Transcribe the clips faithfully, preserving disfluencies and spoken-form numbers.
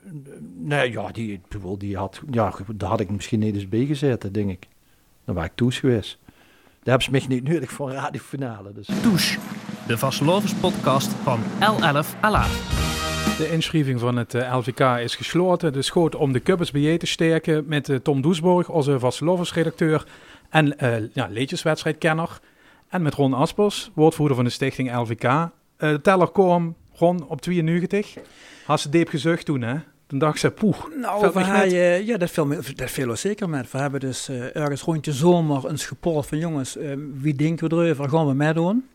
nee, ja, die, die had, ja, daar had ik misschien niet eens bij gezeten, denk ik. Dan was ik toes geweest. Daar hebben ze mij niet nodig voor een radiofinale. Dus. Touche, de Vastelovenspodcast van L elf Ala. De inschrijving van het uh, L V K is gesloten. Dus goed om de kubbers bij te sterken met uh, Tom Doesborg, onze Vastelovensredacteur en uh, ja, leedjeswedstrijdkenner. En met Ron Aspers, woordvoerder van de stichting L V K. Uh, de teller kwam, Ron, op tweeënnegentig. Had ze diep gezucht toen, hè? Toen dacht ze, poeh. Nou, we hebben, ja, dat viel, dat viel er zeker met. We hebben dus uh, ergens rond de zomer eens gepoord van jongens, uh, wie denken we erover, gaan we meedoen?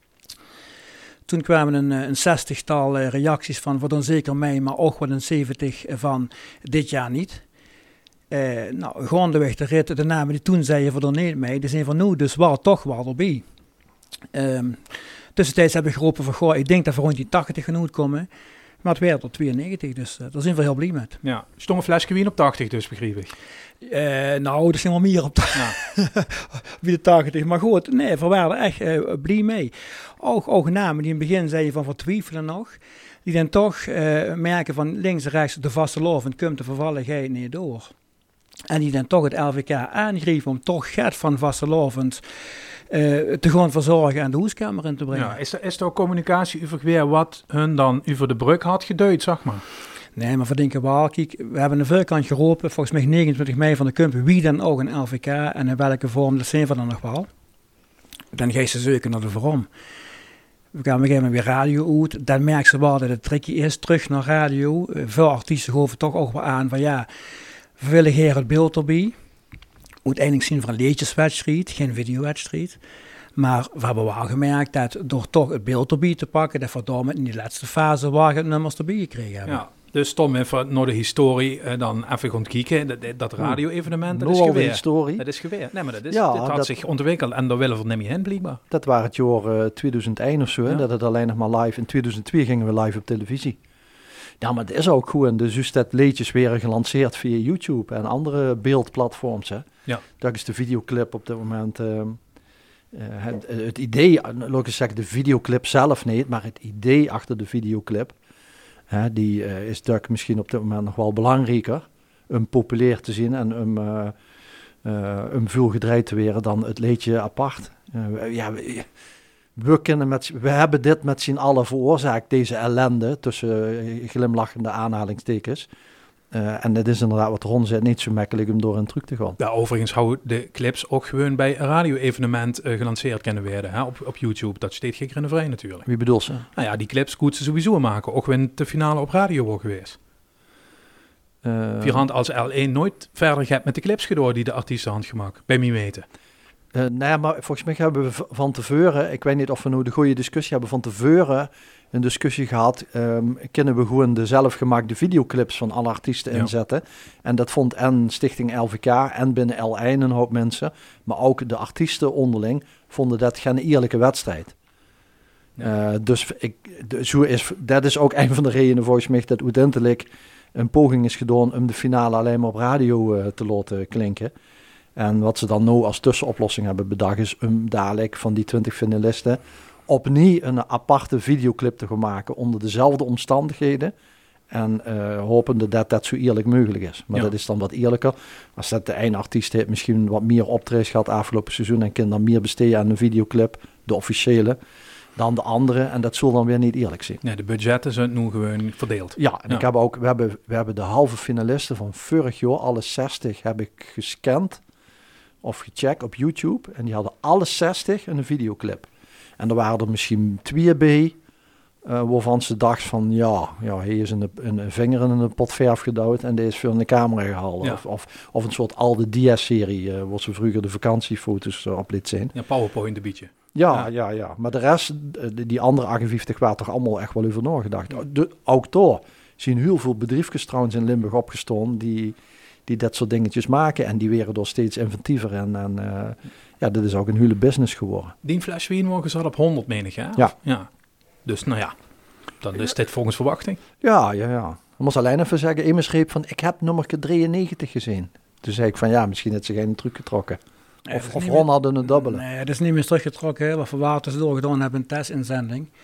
Toen kwamen een, een zestigtal uh, reacties van, voor dan zeker mij, maar ook wel een zeventig van dit jaar niet. Uh, nou, gaandeweg de rit, de namen die toen zeiden voor dan niet mee, die zijn van nu, dus waar toch wel erbij. Um, tussentijds heb ik geroepen van, goh, ik denk dat we rond die tachtig genoemd komen. Maar het werd op tweeënnegentig, dus uh, daar zijn we heel blij met. Ja, stond een flesje wien op tachtig dus, begreep ik. Uh, nou, er zijn wel meer op tachtig. Ja. Wie de tachtig. Maar goed, nee, we waren echt uh, blij mee. Ook, ook namen die in het begin zeiden van vertwijfelen nog. Die dan toch uh, merken van links en rechts de vastelovend komt de vervalligheid niet door. En die dan toch het L V K aangrijpen om toch Gert van vastelovend Uh, te gaan verzorgen en de hoeskamer in te brengen. Ja, is, er, is er ook communicatie over weer wat hun dan over de brug had geduid, zeg maar? Nee, maar we denken wel, kijk, we hebben een voorkant geroepen, volgens mij negenentwintig mei van de Kump, wie dan ook een L V K en in welke vorm, dat zijn we dan nog wel. Dan ga je ze zoeken naar de waarom. We gaan weer weer radio uit, dan merken ze wel dat het tricky is, terug naar radio. Uh, veel artiesten geven toch ook wel aan van ja, we willen hier het beeld erbij. Uiteindelijk zien we een leedjeswedstrijd, geen videowedstrijd. Maar we hebben wel gemerkt dat door toch het beeld erbij te pakken, dat we daar met in die laatste fase waar het nummers erbij gekregen hebben. Ja, dus Tom, even naar de historie, uh, dan even gaan kijken. Dat, dat radio-evenement, dat no, is geweer. Historie. Dat is geweer. Nee, maar dat is, ja, dit had dat, zich ontwikkeld en daar willen we niet meer heen, blijkbaar. Dat waren het jaar uh, tweeduizend één of zo, ja. Dat het alleen nog maar live. In tweeduizend twee gingen we live op televisie. Ja, maar het is ook goed. En dus dat liedjes weer gelanceerd via YouTube en andere beeldplatforms. Hè. Ja. Dat is de videoclip op dit moment. Uh, uh, het, het idee, laat ik zeggen, de videoclip zelf niet, maar het idee achter de videoclip, uh, die uh, is dat misschien op dit moment nog wel belangrijker. Om populair te zien en om, uh, uh, om veel gedraaid te worden dan het liedje apart. Uh, ja, we, We, kunnen met, we hebben dit met z'n allen veroorzaakt, deze ellende, tussen uh, glimlachende aanhalingstekens. Uh, en het is inderdaad wat Ron zei, niet zo makkelijk om door een truc te gaan. Ja, overigens houden de clips ook gewoon bij een radio-evenement uh, gelanceerd kunnen worden, hè, op, op YouTube. Dat steekt geen grinne vrij natuurlijk. Wie bedoelt ze? Nou ja, die clips moeten ze sowieso maken, ook wanneer de finale op radio wordt geweest. Uh, Vierhand als L één nooit verder gaat met de clips gedaan die de artiesten had gemaakt, bij mij weten. Uh, nou ja, maar volgens mij hebben we van tevoren, ik weet niet of we nu de goede discussie hebben, van tevoren een discussie gehad, um, kunnen we gewoon de zelfgemaakte videoclips van alle artiesten ja. inzetten. En dat vond en Stichting L V K en binnen L één een hoop mensen, maar ook de artiesten onderling vonden dat geen eerlijke wedstrijd. Ja. Uh, dus ik, de, zo is, dat is ook een van de redenen volgens mij dat uiteindelijk een poging is gedaan om de finale alleen maar op radio uh, te laten klinken. En wat ze dan nu als tussenoplossing hebben bedacht is om dadelijk van die twintig finalisten opnieuw een aparte videoclip te gaan maken onder dezelfde omstandigheden. En uh, hopende dat dat zo eerlijk mogelijk is. Maar ja. dat is dan wat eerlijker. Als dat de ene artiest heeft misschien wat meer optredens gehad afgelopen seizoen en kan dan meer besteden aan een videoclip, de officiële, dan de andere. En dat zal dan weer niet eerlijk zijn. Nee, de budgetten zijn nu gewoon verdeeld. Ja, en ja. ik heb ook, we hebben, we hebben de halve finalisten van vorig jaar, alle zestig, heb ik gescand of gecheckt op YouTube. En die hadden alle zestig een videoclip. En er waren er misschien twee bij, uh, waarvan ze dacht van, ja, ja hij is een, een vinger in een pot verf gedouwd en deze is voor in de camera gehaald. Ja. Of, of, of een soort Alde Diaz-serie, uh, waar ze vroeger de vakantiefoto's uh, op liet zien. Ja, PowerPoint een beetje. Ja, ja, ja, ja. Maar de rest, die, die andere achtenvijftig, waren toch allemaal echt wel over nagedacht. De, ook daar zien heel veel bedrijfjes trouwens in Limburg opgestaan die, die dat soort dingetjes maken. En die werden door steeds inventiever. En, en uh, ja, dit is ook een hele business geworden. Die fles wien morgen zat op honderd, menig, hè? Ja. ja. Dus nou ja, dan is dit volgens verwachting. Ja, ja, ja. Ik moest alleen even zeggen, iemand schreef van, ik heb nummer drieënnegentig gezien. Toen zei ik van, ja, misschien heeft ze geen truc getrokken. Nee, of of Ron hadden een dubbele. Nee, dat is niet meer teruggetrokken. Wat we Waters doorgedaan hebben, een testinzending.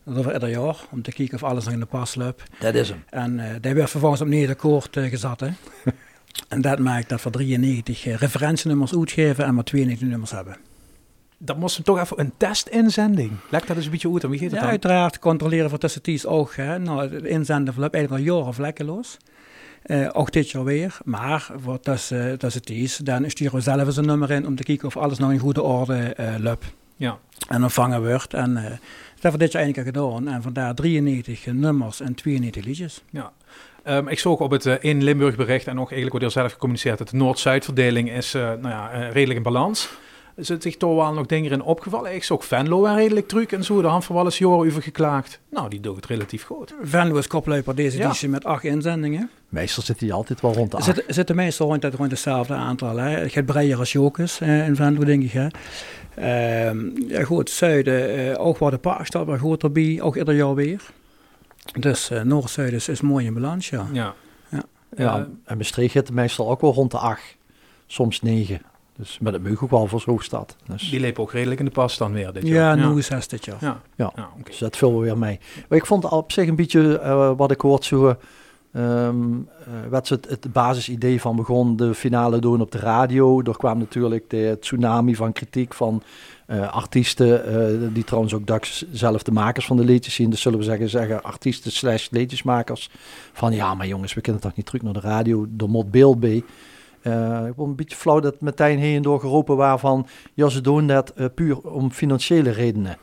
Dat is over ieder jaar, om te kijken of alles nog in de pas loopt. Dat is hem. En uh, die werd vervolgens op Nederkoord uh, gezet. Hè. En dat maakt dat we drieënnegentig uh, referentienummers uitgeven en maar tweeënnegentig nummers hebben. Dat moest hem toch even een testinzending. Leg dat eens een beetje uit. En wie gaat het Ja, dan? uiteraard controleren voor tussenties ook. Hè. Nou, het inzenden verloopt eigenlijk al jaren vlekkeloos. Uh, ook dit jaar weer. Maar voor tussen, tussenties, dan sturen we zelf eens een nummer in om te kijken of alles nog in goede orde uh, loopt. Ja. En ontvangen wordt. En uh, dat hebben we dit jaar eigenlijk gedaan. En vandaar drieënnegentig nummers en tweeënnegentig liedjes. Ja. Um, ik zag op het uh, in Limburg bericht en ook eigenlijk wordt er zelf gecommuniceerd dat de Noord-Zuid-verdeling is uh, nou ja, uh, redelijk in balans. Is het zich toch wel nog dingen in opgevallen? Ik zag Venlo een redelijk truc en zo. De hand van Wallis Joren over geklaagd. Nou, die doet het relatief goed. Venlo is koploper deze Ja. editie met acht inzendingen. Meestal zit hij altijd wel rond de Er acht. zit, zitten meestal rond, rond hetzelfde aantal. Hè. Het gaat breder als Jokers uh, in Venlo, denk ik. Hè. Uh, ja, goed, Zuiden, uh, ook waar de park staat, maar goed erbij, ook ieder jaar weer. Dus uh, Noord-Zuid is, is mooi in balans, ja. Ja. Ja. Ja, Uh, en Maastricht zit meestal ook wel rond de acht. Soms negen. Dus met het meug ook wel voor zo'n stad. Dus, die lepen ook redelijk in de pas dan weer dit Ja, jaar. ja. nu is het dit jaar. Ja. Ja. Ja, oké. dus dat vullen we weer mee. Maar ik vond het op zich een beetje, uh, wat ik hoort zo, um, uh, werd het, het basisidee van begon de finale doen op de radio. Er kwam natuurlijk de tsunami van kritiek van uh, artiesten, uh, die trouwens ook dags zelf de makers van de liedjes zien. Dus zullen we zeggen, zeggen artiesten slash liedjesmakers. Van ja, maar jongens, we kunnen toch niet terug naar de radio, er moet beeld bij. Uh, ik vond een beetje flauw dat meteen heen en door geroepen waarvan, ja, ze doen dat uh, puur om financiële redenen.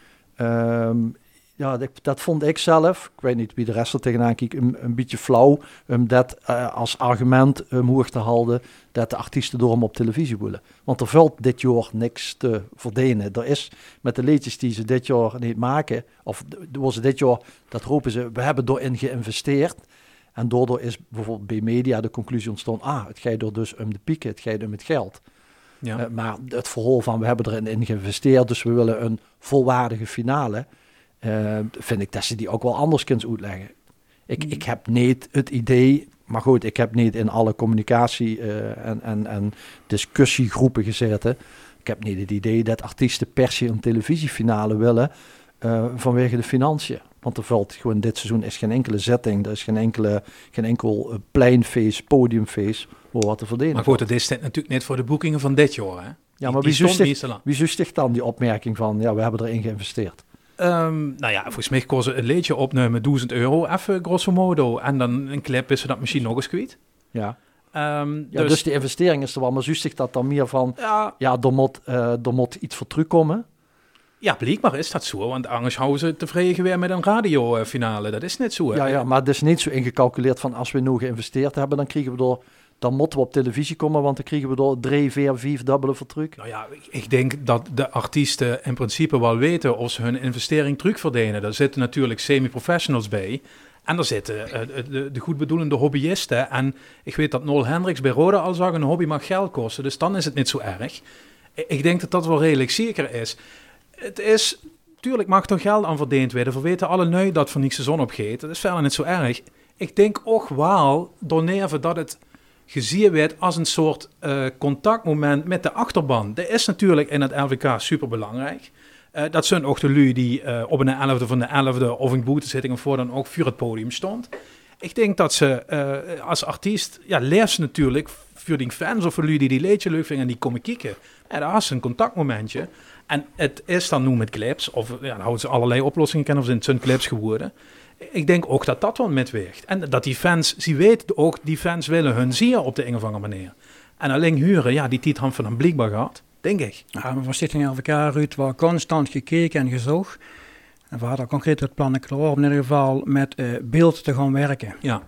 Um, ja, dat, dat vond ik zelf, ik weet niet wie de rest er tegenaan kijkt, een, een beetje flauw om dat uh, als argument omhoog te houden dat de artiesten door hem op televisie willen. Want er valt dit jaar niks te verdienen. Er is met de liedjes die ze dit jaar niet maken, of door ze dit jaar, dat roepen ze, we hebben erin geïnvesteerd. En daardoor is bijvoorbeeld bij media de conclusie ontstaan, ah, het gaat er dus om de pieken, het gaat om het geld. Ja. Uh, maar het verhaal van, we hebben erin in geïnvesteerd, dus we willen een volwaardige finale, uh, vind ik dat ze die ook wel anders kunnen uitleggen. Ik, ik heb niet het idee, maar goed, ik heb niet in alle communicatie uh, en, en, en discussiegroepen gezeten. Ik heb niet het idee dat artiesten per se een televisiefinale willen uh, vanwege de financiën. Want er valt gewoon dit seizoen is geen enkele zetting, er is geen, enkele, geen enkel uh, pleinfeest, podiumfeest voor wat te verdienen. Maar goed, het is natuurlijk net voor de boekingen van dit jaar, hè? Ja, maar Die wie stond zuchtigt, meestal aan. wie zuchtigt dan die opmerking van, ja, we hebben erin geïnvesteerd? Um, nou ja, volgens mij kost een liedje opnemen duizend euro, even grosso modo. En dan een clip is ze dat misschien nog eens kwijt. Ja. Um, Ja, dus, dus de investering is er wel, maar zuchtigt dat dan meer van, ja, ja, er moet, uh, er moet iets voor terugkomen. ja, blijkbaar is dat zo. Want anders houden ze tevreden weer met een radiofinale. Dat is net zo. Hè? Ja, ja, maar het is niet zo ingecalculeerd van, als we nu geïnvesteerd hebben, dan krijgen we door, dan moeten we op televisie komen, want dan krijgen we door drie, vier, vier dubbele voor terug. Nou ja, ik, ik denk dat de artiesten in principe wel weten of ze hun investering terugverdienen. Daar zitten natuurlijk semi-professionals bij. En er zitten uh, de, de goedbedoelende hobbyisten. En ik weet dat Noel Hendricks bij Roda al zag, een hobby mag geld kosten. Dus dan is het niet zo erg. Ik denk dat dat wel redelijk zeker is. Het is, tuurlijk mag er geld aan verdiend worden. We weten alle nu dat voor niks de zon opgeet. Dat is verder niet zo erg. Ik denk ook wel, doorneven dat het gezien werd als een soort uh, contactmoment met de achterban. Dat is natuurlijk in het L V K superbelangrijk. Uh, dat zijn ook de lui die uh, op een elfde van de elfde of een boetezitting of voor dan ook voor het podium stond. Ik denk dat ze uh, als artiest, ja, leert ze natuurlijk voor die fans of voor lui die die liedje leuk vinden en die komen kijken. Ja, daar is ze een contactmomentje. En het is dan nu met clips, of ja, dan houden ze allerlei oplossingen kennen, of zijn clips geworden. Ik denk ook dat dat wel metweegt. En dat die fans, ze weten ook, die fans willen hun zien op de een of andere manier. En alleen huren, ja, die tijd van een blijkbaar gehad, denk ik. Ja, maar voor Stichting L V K, Ruud, was constant gekeken en gezocht. En we hadden concreet het plannen klaar om in ieder geval met uh, beeld te gaan werken. Ja.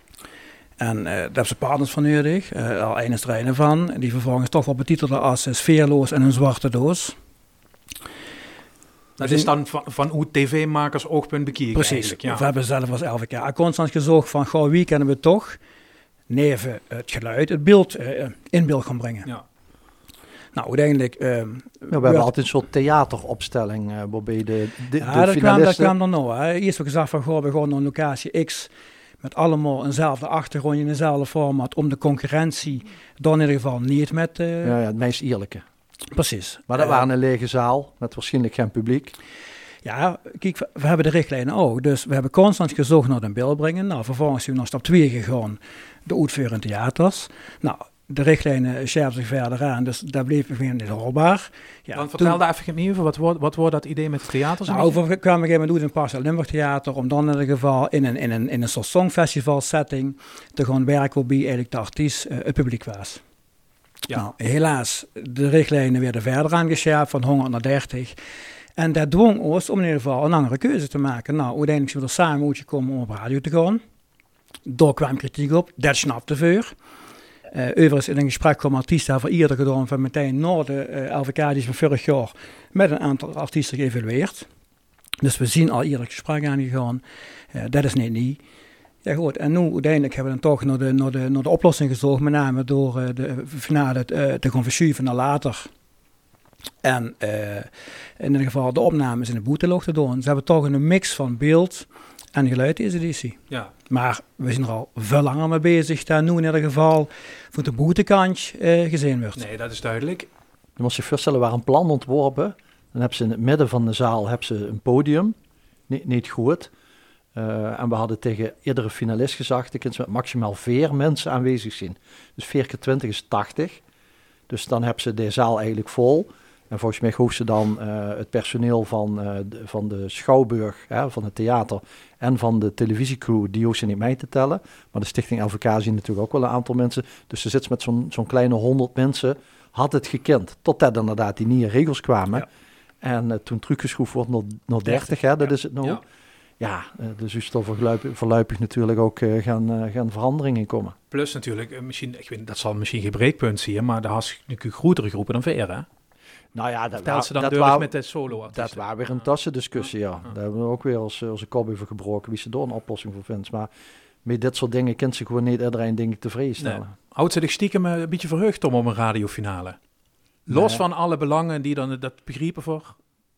En uh, daar hebben ze partners van nodig, uh, al een is er een van, die vervolgens toch wel betitelden als uh, sfeerloos en een zwarte doos. Dat is dan van, van hoe tv-makers oogpunt bekijken. Precies, ja. we hebben zelf als L V K constant gezocht van, goh, wie kunnen we toch neven het geluid, het beeld uh, in beeld gaan brengen. Ja. Nou, uiteindelijk... Uh, ja, we hebben altijd een soort theateropstelling, uh, waarbij de, de, ja, de dat finalisten... kwam, dat kwam dan nog. Hè. Eerst heb ik gezegd van, goh, we gaan naar locatie X met allemaal eenzelfde achtergrond in eenzelfde format, om de concurrentie dan in ieder geval niet met... Uh, ja, ja, het meest eerlijke. Precies. Maar dat uh, waren een lege zaal, met waarschijnlijk geen publiek. Ja, kijk, we, we hebben de richtlijnen ook. Dus we hebben constant gezocht naar de beeld brengen. Nou, vervolgens zijn we naar stap twee gegaan, de uitvoering theaters. Nou, de richtlijnen scherpen zich verder aan, dus daar bleef we weer niet hoorbaar. Ja, Dan vertel daar even opnieuw, wat wordt, wat wordt dat idee met de theaters? Nou, we kwamen een gegeven moment in een Parcel Limburg Theater, om dan in ieder geval in een, in een, in een soort songfestival setting te gaan werken waarbij eigenlijk de artiest uh, het publiek was. Ja. Nou, helaas, de richtlijnen werden verder aangescherpt, van honderd naar dertig. En dat dwong ons om in ieder geval een andere keuze te maken. Nou, uiteindelijk zijn we er samen uitgekomen om op radio te gaan. Daar kwam kritiek op, dat snapte voor. Uh, overigens in een gesprek kwam artiesten van eerder gedaan van meteen na de uh, L V K die is van vorig jaar met een aantal artiesten geëvalueerd. Dus we zien al eerder gesprek aangegaan. Uh, dat is niet nieuw. Ja goed, en nu uiteindelijk hebben we dan toch naar de, naar de, naar de oplossing gezocht, met name door uh, de finale uh, te gaan verschuiven naar later. En uh, in ieder geval de opnames in de boetelog te doen. Ze hebben toch een mix van beeld en geluid deze editie. Ja. Maar we zijn er al veel langer mee bezig, dat nu in ieder geval voor de boetekant uh, gezien wordt. Nee, dat is duidelijk. Je moet je voorstellen, waar een plan ontworpen. Dan hebben ze in het midden van de zaal hebben ze een podium, niet, niet goed. Uh, en we hadden tegen iedere finalist gezegd, dat met maximaal vier mensen aanwezig zijn. Dus vier keer twintig is tachtig. Dus dan hebben ze de zaal eigenlijk vol. En volgens mij hoeven ze dan uh, het personeel van, uh, de, van de Schouwburg, hè, van het theater en van de televisiecrew, die hoeven ze niet mee te tellen. Maar de Stichting L V K zien natuurlijk ook wel een aantal mensen. Dus ze zitten met zo'n zo'n kleine honderd mensen, had het gekend. Totdat inderdaad die nieuwe regels kwamen. Ja. En uh, toen teruggeschroefd wordt naar, naar dertig, hè, dat ja. is het nou. Ja, ja uh, dus is er verluipig, verluipig natuurlijk ook uh, gaan, uh, gaan veranderingen komen. Plus natuurlijk, uh, misschien, ik weet, dat zal misschien geen breekpunt zien, maar daar had je grotere groepen dan V R, hè? Nou ja, dat was, ze dan dat was, met de solo Dat was weer een tussendiscussie, ja. ja. Daar hebben we ook weer als, als een kop over gebroken, wie ze door een oplossing voor vindt. Maar met dit soort dingen kent ze gewoon niet iedereen dingen tevreden stellen. Nee. Houdt ze zich stiekem een beetje verheugd om op een radiofinale? Los nee. van alle belangen die dan dat begrepen voor?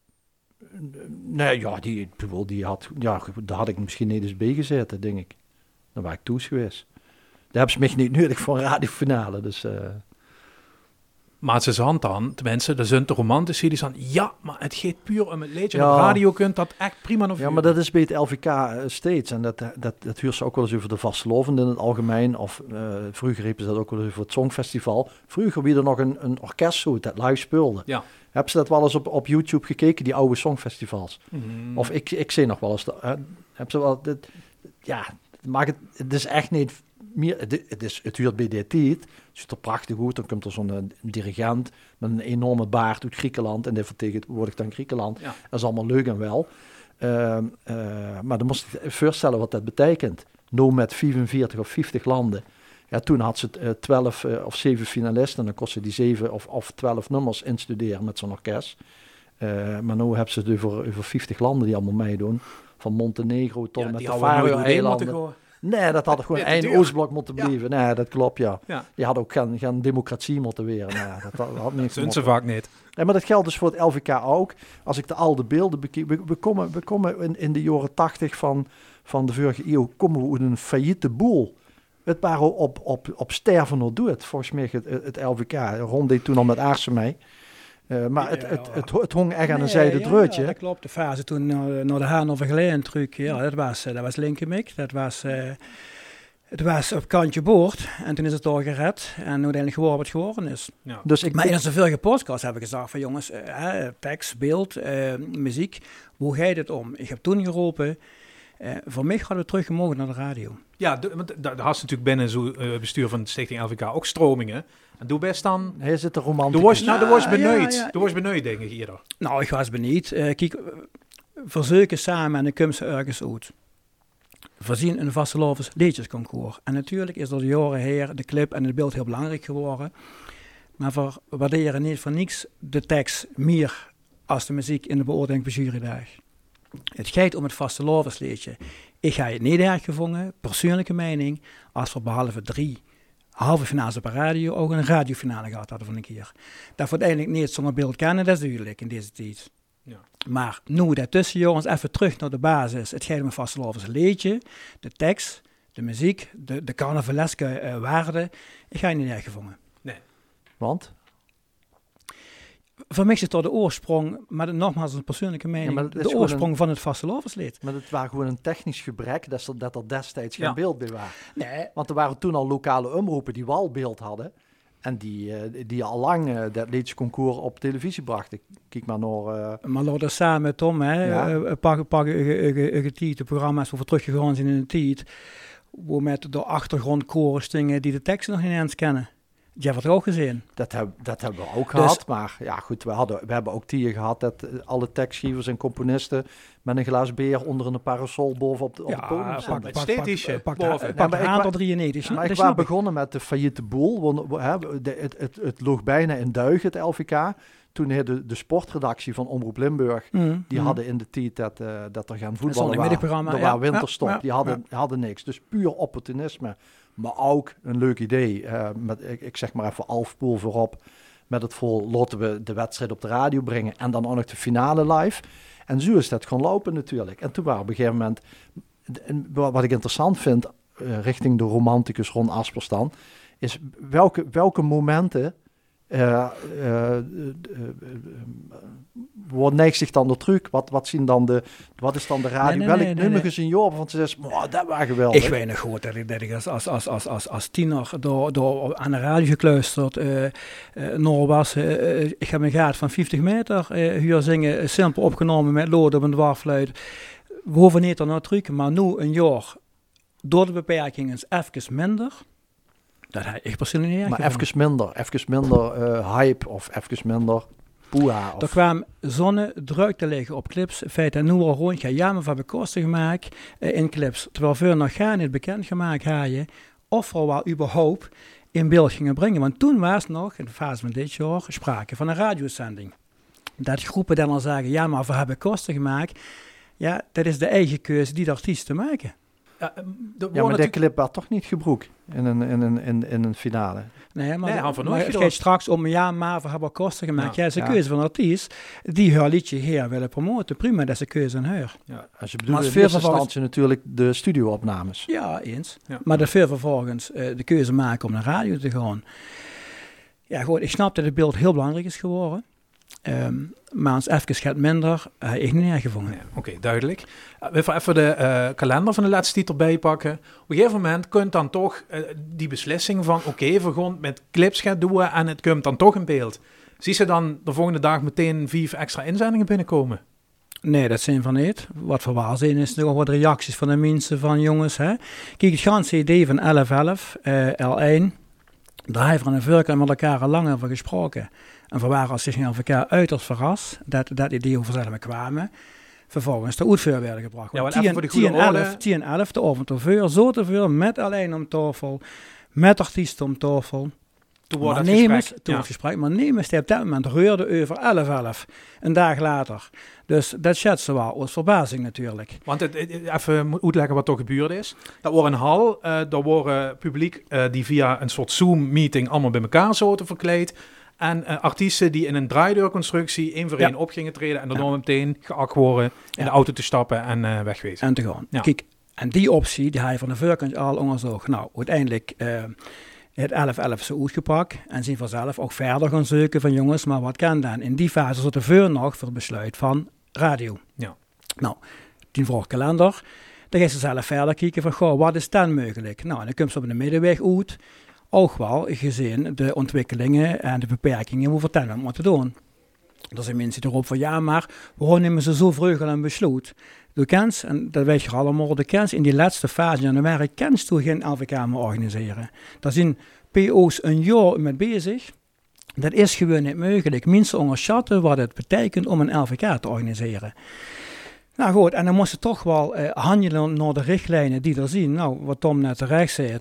Nee, ja, die, die had, ja, daar had ik misschien niet eens bij gezeten, denk ik. Dan was ik toes geweest. Daar hebben ze mij niet nodig voor een radiofinale, dus... Uh... Maar het is hand dan, tenminste, er zijn de romantici die zeggen, ja, maar het gaat puur om het liedje. Ja. Op radio kunt dat echt prima nog. Ja, maar dat is bij het L V K uh, steeds. En dat, dat, dat huurt ze ook wel eens over de vastlovenden in het algemeen. Of uh, vroeger riepen ze dat ook wel eens over het Songfestival. Vroeger wie er nog een, een orkest dat live speelde. Ja. Hebben ze dat wel eens op, op YouTube gekeken, die oude Songfestivals? Mm. Of ik, ik zie nog wel eens, uh, hebben ze wel, dit, ja, maakt het, het is echt niet... Meer, het, het, is, het huurt bij de tijd, het ziet er prachtig goed, dan komt er zo'n uh, dirigent met een enorme baard uit Griekenland en die vertegenwoordigt dan Griekenland. Ja. Dat is allemaal leuk en wel. Uh, uh, maar dan moest je voorstellen wat dat betekent. Nou met vierenveertig of vijftig landen. Ja, toen had ze uh, twaalf uh, of zeven finalisten en dan kostte die zeven of, of twaalf nummers instuderen met zo'n orkest. Uh, maar nu hebben ze het over, over vijftig landen die allemaal meedoen. Van Montenegro tot ja, met de Faroe-eilanden. Nee, dat had gewoon één Oostblok moeten blijven. Ja. Nee, dat klopt, ja. ja. Die had ook geen, geen democratie moeten weren. Nee, dat, dat had niet. Dat ze vaak niet. Nee, maar dat geldt dus voor het L V K ook. Als ik de oude beelden bekijk, we, we komen, we komen in, in de jaren tachtig van, van de vorige eeuw, komen we in een failliete boel. Het waren op, op, op sterven nog dood, volgens mij het, het L V K. Ron deed toen al met Aarsen mee. Uh, maar het, het, het, het, het hong echt aan een nee, zijde dreutje. Ja, dat klopt. De fase toen naar, naar de Hannover Glen truc, ja, dat was, dat was Linkemik. Dat was, uh, het was op kantje boord. En toen is het doorgered. En uiteindelijk geworden wat het geworden is. Ja. Dus ik maar in zoveel podcasts heb ik gezegd van jongens, uh, tekst, beeld, uh, muziek. Hoe ga je dit om? Ik heb toen geroepen, uh, voor mij gaan we terug mogen naar de radio. Ja, want daar had je natuurlijk binnen zo'n uh, bestuur van de Stichting L V K ook stromingen. En doe best dan... Hij zit er romantisch. Was, nou, was benieuwd. Ja, ja. was benieuwd, denk ik, hier. Nou, ik was benieuwd. Uh, kijk, verzoeken samen en de komst ergens uit. Voorzien een vastelovens liedjesconcours. En natuurlijk is door de jaren heen de clip en het beeld heel belangrijk geworden. Maar we waarderen niet voor niks de tekst meer als de muziek in de beoordeling bij jurydag. Het gaat om het vastelovensliedje. Ik ga het niet erg gevonden, persoonlijke mening, als we behalve drie halve finales op een radio ook een radiofinale gehad hadden van een keer. Dat we uiteindelijk niet zonder beeld kennen, dat is duidelijk in deze tijd. Ja. Maar nu daartussen, jongens, even terug naar de basis. Het gaat om een vastelovens liedje, de tekst, de muziek, de, de carnavaleske uh, waarden. Ik ga je niet erg gevonden. Nee. Want? voor mij is het door de oorsprong, maar nogmaals een persoonlijke mening, ja, de oorsprong een, van het vasteloverslied. Maar het was gewoon een technisch gebrek dat er, dat er destijds geen ja. beeld bij was. Nee. Want er waren toen al lokale omroepen die wel beeld hadden. En die, uh, die al lang uh, dat liedjesconcours op televisie brachten. Kijk maar naar... Uh... Maar laten we samen, Tom, hè, ja. uh, pak, pak een de programma's waar we teruggegaan zijn in de tijd, waar met de achtergrondkoren stingen die de teksten nog niet eens kennen. Die hebben we toch ook gezien? Dat, heb, dat hebben we ook dus, gehad, maar ja goed, we, hadden, we hebben ook tien gehad dat uh, alle tekstschrijvers en componisten met een glaas beer onder een parasol bovenop de, op ja, de podium stonden. Pak, esthetische. Pak, pak, pak, pak, pak een aantal drieënnegentig. Maar ik was begonnen met de failliete boel. Het, het, het, het lag bijna in duigen, het L V K. Toen de, de sportredactie van Omroep Limburg, mm, die mm. hadden in de tijd dat, uh, dat er gaan voetballen waren. Er ja, was winterstop, ja, ja, die hadden, ja. hadden niks. Dus puur opportunisme. Maar ook een leuk idee. Uh, met, ik, ik zeg maar even Alf Poel voorop. Met het vol, laten we de wedstrijd op de radio brengen. En dan ook nog de finale live. En zo is dat gewoon lopen natuurlijk. En toen waren op een gegeven moment... Wat ik interessant vind, uh, richting de romanticus Ron Asperstan, is welke, welke momenten... Uh, uh, uh, uh, wat neigt zich dan de truc? Wat, wat, zien dan de, wat is dan de radio? Nee, nee, Welk nee, nummer nee, gezien, joh? Want ze zegt, oh, dat was geweldig. Ik weet nog goed dat ik, dat ik als, als, als, als, als, als tiener door, door aan de radio gekluisterd uh, uh, Noor was. Uh, ik heb een gaat van vijftig meter uh, hier zingen, simpel opgenomen met lood op een dwarfluit. We hoeven niet naar truc, maar nu een jaar door de beperkingen is even minder. Dat hij echt persoonlijk niet. Maar even minder, even minder uh, hype of even minder poeha. Er kwam zo'n druk te liggen op clips. In feite, nu al rond, ja, maar van bekosten gemaakt uh, in clips. Terwijl veel nog gaan niet bekend gemaakt hadden. Of er wel überhaupt in beeld gingen brengen. Want toen was nog, in de fase van dit jaar, sprake van een radiozending. Dat groepen dan al zeggen, ja, maar we hebben kosten gemaakt. Ja, dat is de eigen keuze die de artiesten maken. Ja, de ja, maar de clip had toch niet gebroek in een, in een, in, in een finale. Nee, maar, nee, de, maar het gaat straks om, ja, maar we hebben kosten gemaakt. Ja, ja, is een ja. keuze van een artiest die haar liedje hier willen promoten. Prima, dat is een keuze aan haar. Ja, als je bedoelt, in eerste instantie natuurlijk de studio-opnames. Ja, eens. Ja. Maar dat veel vervolgens uh, de keuze maken om naar radio te gaan. Ja, goed, ik snap dat het beeld heel belangrijk is geworden. Um, maar ons even gaat minder, uh, ik niet neergevonden. Ja, Oké, okay, duidelijk. Uh, we even de uh, kalender van de laatste titel bijpakken. Op een gegeven moment kunt dan toch uh, die beslissing van... oké, okay, we gaan met clips gaan doen en het komt dan toch in beeld. Zie ze dan de volgende dag meteen vijf extra inzendingen binnenkomen? Nee, dat zijn van niet. Wat voor waar zijn is nog wat reacties van de mensen van jongens. Hè? Kijk, het ganse idee van elf elf, uh, L één... daar hebben we een veel met elkaar lang over gesproken. En we waren als zich elkaar uiterst verrast dat dat idee over zelf kwamen. Vervolgens de uitvoer werden gebracht. Ja, tien, voor de goede elf, tien, elf, de avond te veel, zo te veel, met alleen om tafel, met artiesten om tafel. Toen wordt het gesprek. Toen ja. het gesprek, maar Nemens die op dat moment reurde over elf elf, een dag later. Dus dat schetsen we als verbazing natuurlijk. Want het, het, even uitleggen wat er gebeurd is. Dat wordt een hal, uh, daar worden publiek uh, die via een soort Zoom-meeting allemaal bij elkaar zouden verkleed. En uh, artiesten die in een draaideurconstructie één voor één ja. op gingen treden en daarna ja. meteen geakt worden in ja. de auto te stappen en uh, wegwezen. En te gaan. Ja. Kijk, en die optie, die hij van de voorkant al onderzocht. Nou, uiteindelijk uh, het elf elf zo uitgepakt en zien vanzelf ook verder gaan zoeken van jongens, maar wat kan dan? In die fase zat er veel nog voor het besluit van radio. Ja. Nou, die vorige kalender, dan gaan ze zelf verder kijken van, goh, wat is dan mogelijk? Nou, en dan komt ze op de middenweg uit. Ook wel gezien de ontwikkelingen en de beperkingen hoe we het moeten doen. Er zijn mensen erop van ja, maar waarom nemen ze zo vroeg al een besluit? De kans, en dat weet je allemaal, de kans in die laatste fase in januari kans toe geen L V K meer organiseren. Daar zijn P O's een jaar mee bezig. Dat is gewoon niet mogelijk. Mensen onderschatten wat het betekent om een L V K te organiseren. Nou goed, en dan moesten toch wel uh, handelen naar de richtlijnen die er zien. Nou, wat Tom net terecht zei.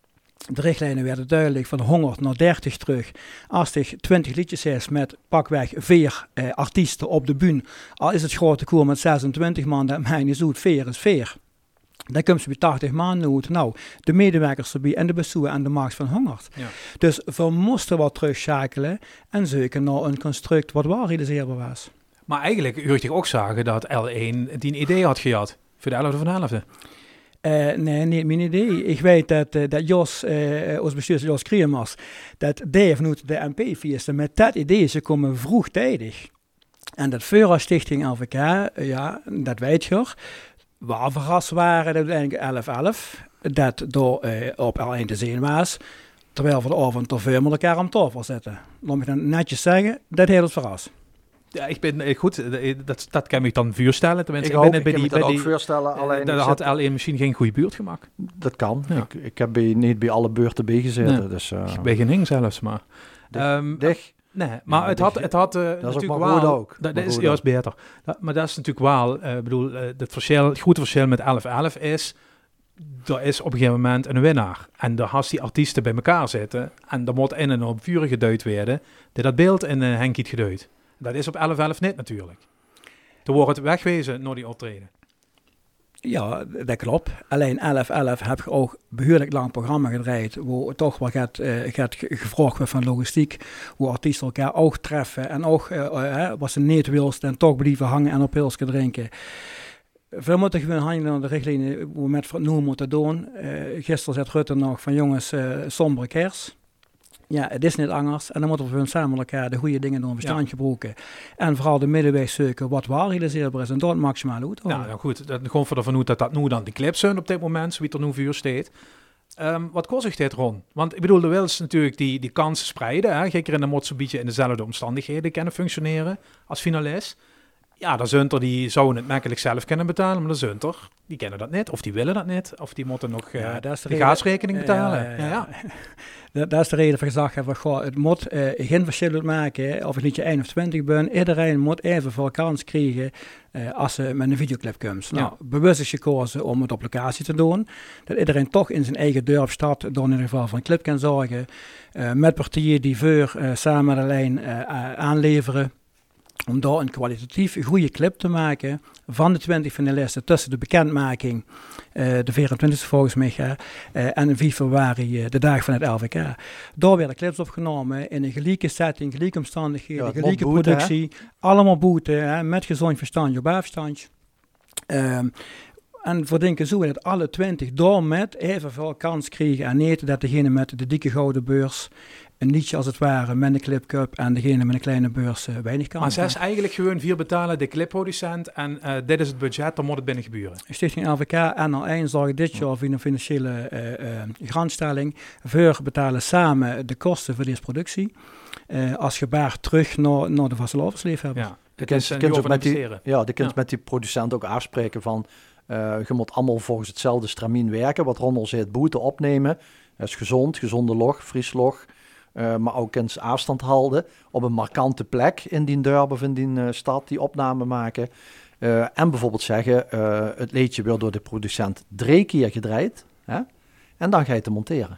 De richtlijnen werden duidelijk van honderd naar dertig terug. Als je twintig liedjes is met pakweg vier eh, artiesten op de bühne. Al is het grote koor met zesentwintig man, dat mij niet zoet, vier is vier. Dan komt ze bij tachtig man uit. Nou, de medewerkers erbij en de bezoeken en de markt van honderd. Ja. Dus we moesten wat terugschakelen en zoeken naar een construct wat wel realiseerbaar was. Maar eigenlijk, u heeft ook zagen dat L één die een idee had gehad voor de elfde van de elfde. Uh, nee, niet mijn idee. Ik weet dat, uh, dat Jos, uh, als bestuurder Jos Kriemers, dat die vanuit de M P-feesten met dat idee, ze komen vroegtijdig. En dat Veura Stichting L V K, uh, ja, dat weet je, wel verrast waren dat uiteindelijk elf elf, dat door uh, op L één te zien was, terwijl we de avond te veel met elkaar aan tafel zitten. Laat me dan netjes zeggen, dat heeft het verrast. Ja, ik ben eh, goed, dat, dat kan ik dan voorstellen. Tenminste, Ik, ik ook, ben ik bij kan die, me dat bij ook die, voorstellen. Alleen dat ik had zit- L één misschien geen goede buurt gemaakt. Dat kan. Ja. Ik, ik heb bij, niet bij alle beurten bij gezeten. Nee. Dus, uh, Bij geen ding zelfs, maar... Dig- Um, dig. Nee, maar Ja, het dig- had, het had uh, dat is ook natuurlijk maar goed wel... ook. Dat, Maar dat is goed juist beter. Dat, maar dat is natuurlijk wel... Ik uh, bedoel, uh, het, verschil, het grote verschil met elf elf is... Er is op een gegeven moment een winnaar. En daar has die artiesten bij elkaar zitten. En er moet in en op vuren geduid werden. Dat dat beeld in uh, Henkiet geduid. Dat is op elf elf niet natuurlijk. Toen wordt het wegwezen naar die optreden. Ja, dat klopt. Alleen elf elf heb je ook behoorlijk lang programma gedraaid, waar toch wel gaat, uh, gaat gevraagd wordt van logistiek, waar artiesten elkaar ook treffen en ook, uh, uh, wat ze niet willen, dan toch blijven hangen en op pilsje drinken. We moeten gewoon handelen aan de richtlijnen hoe we met nu moeten doen. Uh, gisteren zei Rutte nog van jongens, uh, sombere kers. Ja, het is niet anders. En dan moeten we samen met elkaar de goede dingen doen, verstand ja. gebruiken. En vooral de middenweg zoeken wat waar realiseerbaar is en dat maximaal uit. Ja, nou goed. Dat gewoon voor ervan uit dat dat nu dan de clips zijn op dit moment, zoiets er nu vuur staat. Um, wat kost zich dit, Ron? Want ik bedoel, de wil is natuurlijk die, die kansen spreiden. Hè? Gekker in de mot zo'n beetje in dezelfde omstandigheden kunnen functioneren als finalist. Ja, dan zijn er die zouden het makkelijk zelf kunnen betalen, maar dan zijn er, die kennen dat niet, of die willen dat niet, of die moeten nog uh, ja, de, de gasrekening betalen. Ja, ja, ja. Ja, ja. dat, dat is de reden voor gezegd hebben, goh, het moet uh, geen verschil maken of ik niet je één of twintig ben. Iedereen moet evenveel kans krijgen uh, als ze met een videoclip komt. Nou, ja. Bewust is gekozen om het op locatie te doen. Dat iedereen toch in zijn eigen dorp, stad, door in ieder geval van een clip kan zorgen. Uh, met partijen die voor uh, samen met alleen uh, uh, aanleveren. Om daar een kwalitatief goede clip te maken van de twintig finalisten tussen de bekendmaking, uh, de vierentwintigste volgens mij, uh, en vier februari, uh, de dag van het L V K. Daar werden clips opgenomen in een gelijke setting, gelijke omstandigheden, ja, gelijke boete, productie. Hè? Allemaal boete, hè, met gezond verstand op afstand. Um, En we denken zo dat alle twintig door met evenveel kans krijgen en niet dat degene met de dikke gouden beurs een liedje als het ware met een clipcup en degene met een kleine beurs uh, weinig kans. Maar zij is eigenlijk gewoon vier betalen de clipproducent en uh, dit is het budget, dan moet het binnen gebeuren. Stichting L V K en L één zorgen dit jaar voor een financiële uh, uh, grantstelling. We betalen samen de kosten voor deze productie uh, als gebaar terug naar, naar de vastelovensliefhebbers. Ja, de kunt met die, ja, de kunt ja. met die producent ook afspreken van Uh, je moet allemaal volgens hetzelfde stramien werken. Wat Ron al zei, het boete opnemen. Dat is gezond, gezonde log, fris log. Uh, maar ook eens afstand houden. Op een markante plek in die dorp of in die uh, stad die opname maken. Uh, en bijvoorbeeld zeggen, uh, het liedje wordt door de producent drie keer gedraaid. Hè? En dan ga je te monteren.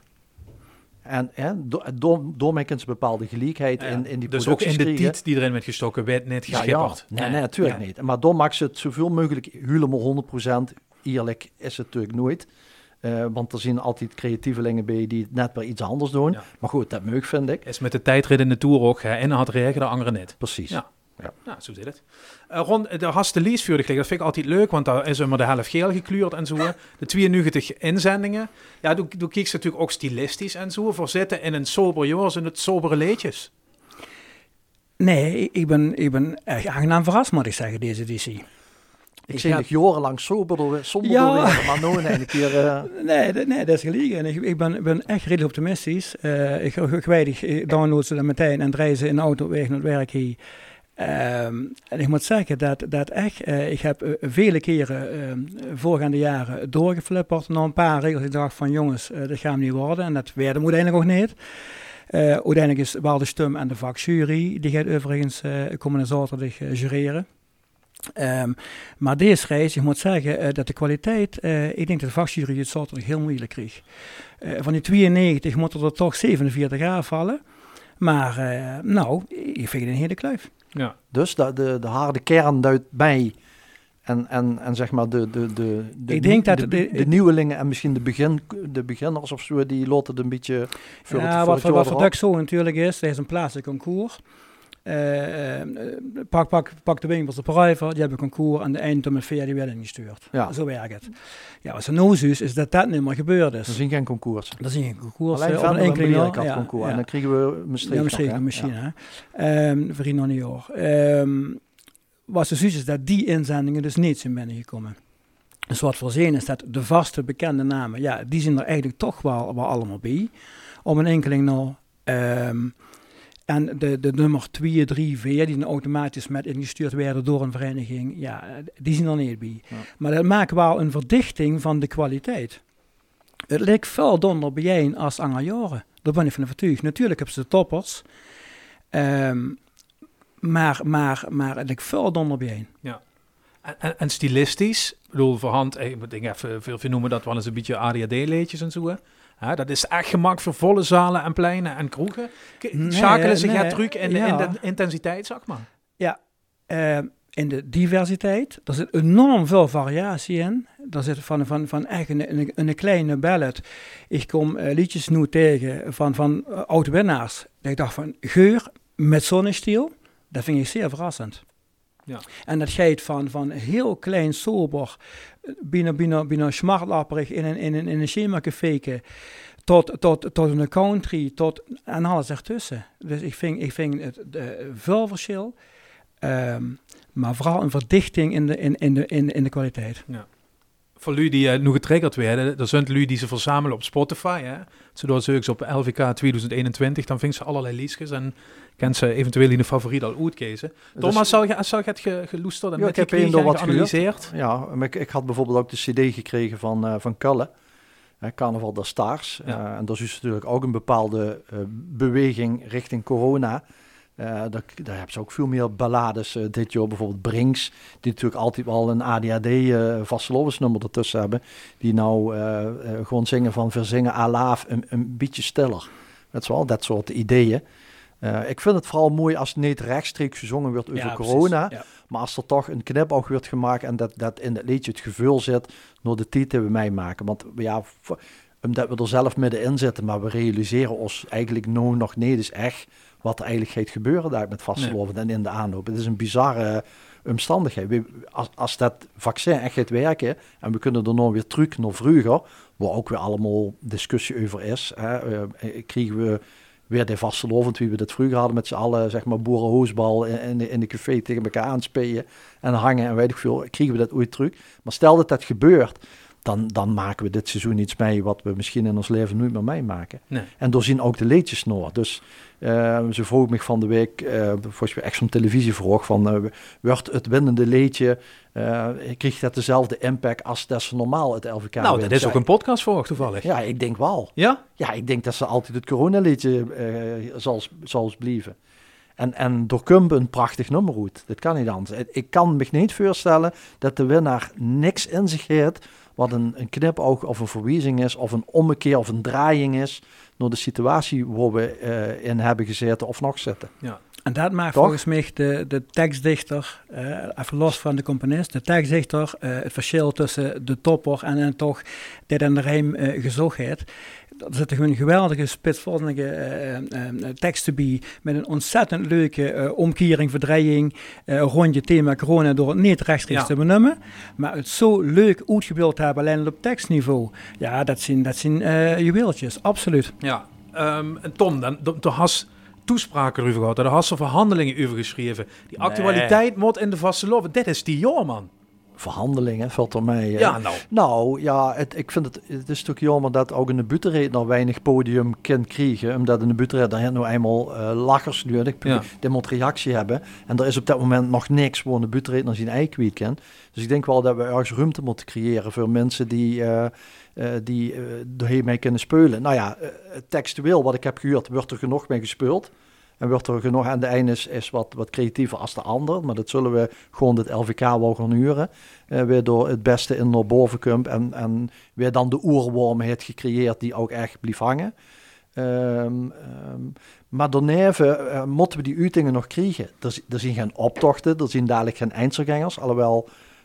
En hè, door, door, door mij kun je bepaalde gelijkheid ja, in, in die dus ook in de tiet die erin werd gestoken werd net geschipperd. Ja, ja. Nee, nee, natuurlijk ja. niet. Maar door maakt ze het zoveel mogelijk helemaal honderd procent. Eerlijk is het natuurlijk nooit. Uh, want er zijn altijd creatievelingen bij die het net weer iets anders doen. Ja. Maar goed, dat meug vind ik. Is met de tijdrit in de Tour ook. Hè? En had regen, de andere net. Precies. Ja. Ja. Nou, zo zit het. Uh, Ron, de hast de leesvuur liggen, dat vind ik altijd leuk, want daar is er maar de helft geel gekleurd en zo. De tweeënnegentig inzendingen. Ja, doe, doe kies natuurlijk ook stilistisch en zo. Voor zitten in een sober jaar zijn het sobere leedjes. Nee, ik ben, ik ben echt aangenaam verrast, moet ik zeggen, deze editie. Ik zie nog jarenlang soberder, somberder ja. weer, maar nooit een keer... Uh... Nee, d- nee, dat is geliegen. Ik, ik ben, ben echt redelijk optimistisch. Uh, ik, ik weet, ik download ze dan meteen en draai ze in de auto weg naar het werk hier. Um, en ik moet zeggen dat, dat echt, uh, ik heb uh, vele keren uh, voorgaande jaren doorgeflipperd. Nog een paar regels ik dacht van jongens, uh, dat gaat niet worden. En dat werden we uiteindelijk ook niet. Uh, uiteindelijk is wel de stum en de vakjury, die gaat overigens uh, komende zaterdag uh, jureren. Um, maar deze reis, ik moet zeggen uh, dat de kwaliteit, uh, ik denk dat de vakjury het zaterdag heel moeilijk kreeg. Uh, van die tweeënnegentig moeten er toch zevenenveertig aanvallen. Maar uh, nou, ik vind het een hele kluif. Ja. Dus de, de, de harde kern duidt bij. En, en, en zeg maar de, de, de, de, ik denk dat de, de, de, de nieuwelingen en misschien de, begin, de beginners of zo, die loten het een beetje... Voor ja, het, wat, wat, wat voor Duk zo natuurlijk is, er is een plaatselijk concours. Uh, uh, pak, pak, pak de winkels op Rijver, die hebben een concours en de eind met via die wel ingestuurd. Ja. Zo werkt het. Ja, wat ze nou zien is dat dat niet meer gebeurd is. Dat is geen concours. Dat is geen concours. Alleen uh, op een enkele jaar. Ja, concours. Ja. En dan kriegen we Maastricht. Ja, Maastricht nog, misschien. Ja. Um, voor nog een jaar. Um, wat ze zien is dat die inzendingen dus niet zijn binnengekomen. Dus wat voorzien is dat de vaste bekende namen, ja, die zijn er eigenlijk toch wel, wel allemaal bij. Om een enkeling nou... Um, En de, de nummer twee, drie, vier, die dan automatisch met ingestuurd werden door een vereniging, ja, die zijn er niet bij. Ja. Maar dat maakt wel een verdichting van de kwaliteit. Het lijkt veel donder bijeen als andere jaren. Daar ben ik van overtuigd. Natuurlijk hebben ze de toppers, um, maar, maar, maar het lijkt veel donder bijeen. Ja. En, en, en stilistisch, ik bedoel, voorhand, ik denk even, veel, veel noemen dat wel eens een beetje A D H D-leedjes en zo, hè? Ja, dat is echt gemak voor volle zalen en pleinen en kroegen. Nee, Schakelen zich nee, truc in, ja. in de intensiteit, zeg maar. Ja, uh, in de diversiteit. Er zit enorm veel variatie in. Er zit van, van, van echt een, een, een kleine ballet. Ik kom uh, liedjes nu tegen van, van uh, oud-winnaars. Dat ik dacht van geur met zonnestiel. Dat vind ik zeer verrassend. Ja. En dat gaat van, van heel klein sober, binnen, binnen, binnen smartlapperig in een, in een, in een schemacafé, tot, tot, tot een country, tot, en alles ertussen. Dus ik vind, ik vind het uh, veel verschil, um, maar vooral een verdichting in de, in, in de, in, in de kwaliteit. Ja. Voor jullie die uh, nu getriggerd werden, er zijn jullie die ze verzamelen op Spotify, hè? Zodat ze ook op L V K twintig eenentwintig, dan vindt ze allerlei liedjes en kent ze eventueel in de favoriet al uitkiezen. Thomas, dus, zou je, zou je het ge, geloesterd en ja, met ik heb één wat geanalyseerd? Ja, ik, ik had bijvoorbeeld ook de cd gekregen van, uh, van Kalle, uh, Carnaval der Stars. Ja. Uh, en dat is natuurlijk ook een bepaalde uh, beweging richting corona. Uh, daar, daar hebben ze ook veel meer ballades uh, dit jaar. Bijvoorbeeld Brinks, die natuurlijk altijd wel een A D H D uh, vastelovensnummer ertussen hebben. Die nou uh, uh, gewoon zingen van verzingen à laaf een, een beetje stiller. Dat is wel dat soort ideeën. Uh, ik vind het vooral mooi als het niet rechtstreeks gezongen wordt over ja, corona. Ja. Maar als er toch een knipoog wordt gemaakt en dat, dat in het liedje het gevoel zit, door de titel bij mij maken. Want ja, voor, omdat we er zelf middenin zitten, maar we realiseren ons eigenlijk nou nog niet eens echt wat er eigenlijk gaat gebeuren daar met vastelovend nee. en in de aanloop. Het is een bizarre omstandigheid. Als, als dat vaccin echt gaat werken en we kunnen er nog weer terug naar vroeger, waar ook weer allemaal discussie over is, hè, uh, krijgen we weer de vastelovend, wie we dat vroeger hadden met z'n allen, zeg maar boerenhoosbal in, in, de, in de café tegen elkaar aanspelen en hangen en weet ik veel, krijgen we dat ooit terug. Maar stel dat dat gebeurt, dan, dan maken we dit seizoen iets mee wat we misschien in ons leven nooit meer meemaken. Nee. En doorzien ook de leedjes nog. Dus uh, ze vroeg me van de week, uh, volgens mij echt zo'n televisievraag van, uh, wordt het winnende leedje, uh, kreeg dat dezelfde impact als dat ze normaal het L V K Nou, dat is zijn. Ook een podcast voor toevallig. Ja, ik denk wel. Ja? Ja, ik denk dat ze altijd het coronaleedje uh, zal, zal blijven. En, en door Kumbe een prachtig nummer uit. Dat kan niet anders. Ik kan me niet voorstellen dat de winnaar niks in zich heeft wat een, een knipoog of een verwijzing is, of een ommekeer of een draaiing is naar de situatie waar we uh, in hebben gezeten of nog zitten. Ja. En dat maakt Toch? volgens mij de, de tekstdichter, uh, even los van de componist, de tekstdichter, uh, het verschil tussen de topper en, en toch dit en de rijm uh, gezocht heeft. Er zitten gewoon geweldige, spitsvondige uh, uh, teksten bij, met een ontzettend leuke uh, omkering, verdrijing, uh, rond je thema corona door het niet rechtstreeks ja. te benoemen. Maar het zo leuk uitgebeeld hebben, alleen op tekstniveau. Ja, dat zijn, dat zijn uh, juweeltjes, absoluut. Ja, um, en Tom, dan, dan, dan has toespraken erover gehad, daar had ze verhandelingen over geschreven. Die actualiteit nee. moet in de vastelovend. Dit is die jongen, man. Verhandelingen, valt er mij. Ja, nou. Nou, ja, het, ik vind het, het is natuurlijk jammer dat ook in de buitenrijd nog weinig podium kan krijgen, omdat in de buitenrijd daar nou eenmaal uh, lachers nu, ja. die moet reactie hebben. En er is op dat moment nog niks waar de buitenrijd naar zijn ei kwijt kan. Dus ik denk wel dat we ergens ruimte moeten creëren voor mensen die, uh, uh, die uh, doorheen mee kunnen spelen. Nou ja, uh, textueel, wat ik heb gehoord, wordt er genoeg mee gespeeld. En wordt er genoeg aan de ene is, is wat, wat creatiever als de ander. Maar dat zullen we gewoon het L V K wel gaan huren. Uh, weer door het beste in naar boven komt. En, en weer dan de oerworm heeft gecreëerd die ook echt blijft hangen. Um, um, maar daarneven uh, moeten we die uitingen nog krijgen. Er, er zijn geen optochten, er zijn dadelijk geen eindselgangers. Alhoewel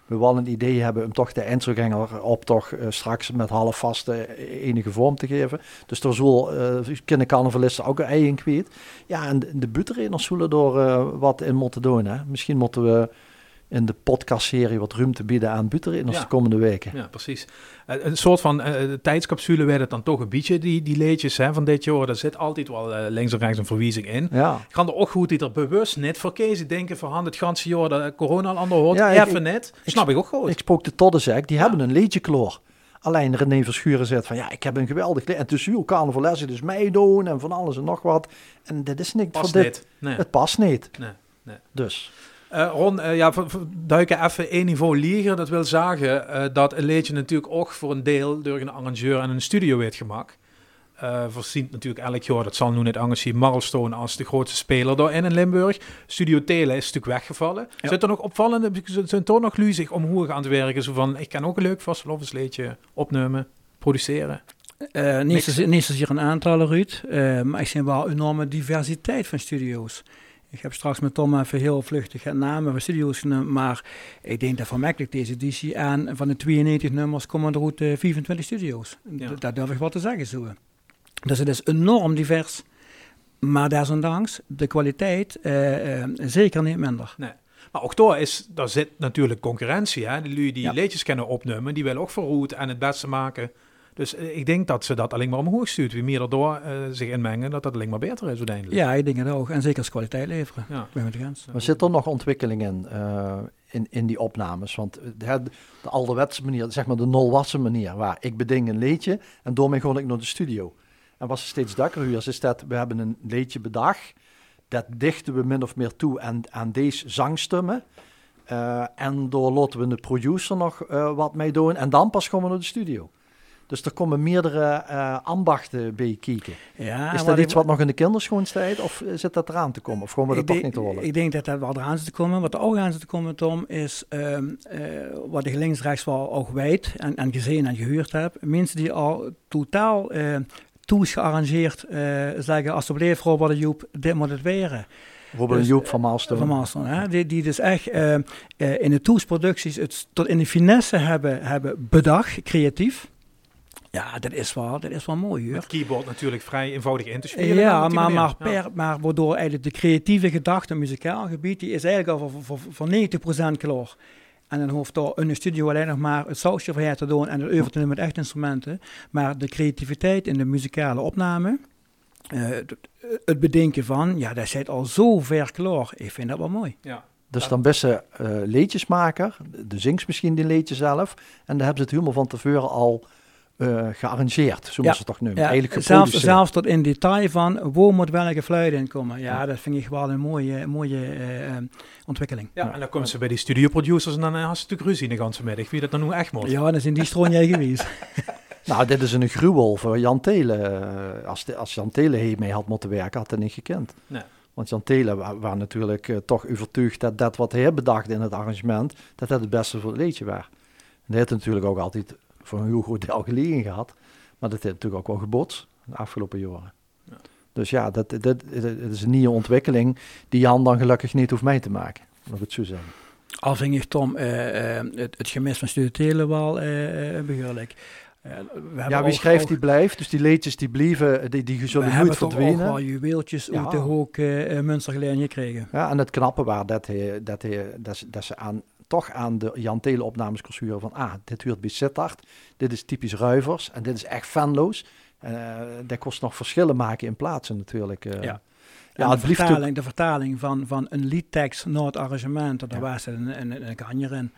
we wel een idee hebben om toch de Einzelganger op toch uh, straks met half vaste enige vorm te geven. Dus er zullen uh, kindercarnavalisten ook een ei in kwijt. Ja, en de, de buurtreders zullen door uh, wat in moeten doen. Hè? Misschien moeten we in de podcastserie wat ruimte bieden aan buurtreders Ja. de komende weken. Ja, precies. Uh, een soort van uh, tijdscapsule werd het dan toch een beetje, die, die leedjes hè, van dit jaar. Daar zit altijd wel uh, links en rechts een verwijzing in. Ja. Ik kan er ook goed die er bewust net voor kiezen. Denken van hand het ganse jaar dat corona al aan de hoort. Ja, ik- Even net. Snap ik ook goed. Ik spook de Toddenzek, die Ja. hebben een leedje kloor. Alleen René Verschuren zegt van ja, ik heb een geweldig le- en het is uw carnavalesje, dus meedoen en van alles en nog wat. En dit is niks Past voor dit. niet. Nee. Het past niet. Nee, nee. Dus. Uh, Ron, uh, ja, v- v- duiken even één niveau lieger. Dat wil zeggen uh, dat een leedje natuurlijk ook voor een deel door een arrangeur en een studio werd gemaakt. Uh, voorziet natuurlijk elk jaar, dat zal nu net anders zien, Marlstone als de grootste speler daar in Limburg. Studio Tele is natuurlijk weggevallen. Ja. Zit er nog opvallende, zijn toch nog luzig om hoe aan het werken? Zo van, ik kan ook een leuk vastelovensleedje opnemen, produceren. Uh, niet, zozeer, niet zozeer een aantal, Ruud, uh, maar ik zie wel een enorme diversiteit van studio's. Ik heb straks met Tom even heel vluchtig het namen van studio's genoemd, maar ik denk dat vermerkelijk deze editie aan van de tweeënnegentig nummers komen er uit uh, vierentwintig studio's. Ja. D- Daar durf ik wat te zeggen zo. Dus het is enorm divers, maar desondanks de kwaliteit uh, uh, zeker niet minder. Nee. Maar ook daar, is, daar zit natuurlijk concurrentie. Hè? Die lui die Ja. leedjes kunnen opnemen, die willen ook verroet en het beste maken. Dus uh, ik denk dat ze dat alleen maar omhoog stuurt. Wie meer erdoor uh, zich inmengen, dat dat alleen maar beter is uiteindelijk. Ja, ik denk het ook. En zeker als kwaliteit leveren. Ja. Ik ben met de grens. Maar zit er nog ontwikkeling in, uh, in, in die opnames? Want de, de ouderwetse manier, zeg maar de nulwassen manier, waar ik beding een leedje en doormee ga ik naar de studio. En wat ze steeds dakkerhuurs is dat we hebben een leedje bedacht, dat dichten we min of meer toe aan, aan deze zangstemmen. Uh, en door laten we de producer nog uh, wat mee doen en dan pas gaan we naar de studio. Dus er komen meerdere uh, ambachten bij kijken. Ja, Is maar dat ik- iets wat nog in de kinderschoonstijd of zit dat eraan te komen? Of gaan we dat ik toch denk- niet te rollen? Ik denk dat dat wel eraan zit te komen. Wat er ook aan zit te komen, Tom, is um, uh, wat ik links-rechts wel ook weet en, en gezien en gehuurd heb. Mensen die al totaal uh, toes gearrangeerd uh, zeggen, alsjeblieft Robert en Joep, dit moet het weren. Bijvoorbeeld Dus, een Joep van Malstone. Van Malstone, hè? Die, die dus echt uh, uh, in de toesproducties het tot in de finesse hebben, hebben bedacht, creatief. Ja, dat is wel, dat is wel mooi, hoor. Met keyboard natuurlijk vrij eenvoudig in te spelen. Ja, dan op die maar, manier. maar, Ja. per, maar waardoor eigenlijk de creatieve gedachte, muzikaal gebied, die is eigenlijk al voor, voor, voor negentig procent klaar. En dan hoeft er een studio alleen nog maar het sausje voor te doen en het over te doen met echt instrumenten. Maar de creativiteit in de muzikale opname, uh, het, het bedenken van, ja, dat zit al zo ver klaar. Ik vind dat wel mooi. Ja. Dus dan best ze uh, leedjesmaker, de zingt misschien die leedje zelf. En dan hebben ze het helemaal van tevoren al uh, gearrangeerd, zo Ja. moet ze het toch noemen. Ja, Eigenlijk zelfs, geproduceerd. zelfs tot in detail van, waar moet welke fluit in komen. Ja, dat vind ik wel een mooie, mooie uh, ontwikkeling. Ja, en dan komen ze bij die studioproducers en dan uh, had ze natuurlijk ruzie de ganse middag. Wie dat dan nu echt moet. Ja, dat is in die stroom jij geweest. Nou, dit is een gruwel voor Jan Telen. Uh, als, de, als Jan Telen hiermee had moeten werken, had hij niet gekend. Nee. Want Jan Telen was wa natuurlijk uh, toch overtuigd dat dat wat hij bedacht in het arrangement, dat dat het beste voor het leedje was. En hij heeft natuurlijk ook altijd voor een heel goed deel gelegen gehad. Maar dat heeft natuurlijk ook wel gebotst de afgelopen jaren. Ja. Dus ja, dat, dat, dat, dat is een nieuwe ontwikkeling die Jan dan gelukkig niet hoeft mee te maken. Laat ik het zo zeggen. Al vind ik, Tom, uh, uh, het, het gemis van Studio Tele wel uh, uh, beheerlijk. Uh, we Ja, wie ook, schrijft ook, die blijft. Dus die leedjes die blijven, die, die zullen we nooit hebben toch ook verdwijnen. wel juweeltjes Ja. uit de hoek uh, Münster geleden gekregen. Ja, en het knappe waar dat, hij, dat, hij, dat, ze, dat ze aan, toch aan de Jan Telen opnames kon sturen van, ah, dit huurt bij Sittard, dit is typisch Ruivers en dit is echt fanloos. Uh, dat kost nog verschillen maken in plaatsen natuurlijk. Uh, Ja. ja, Ja, het de, blieft vertaling, de vertaling van, van een liedtekst naar het arrangement, daar Ja. was er een, een, een kanjer in.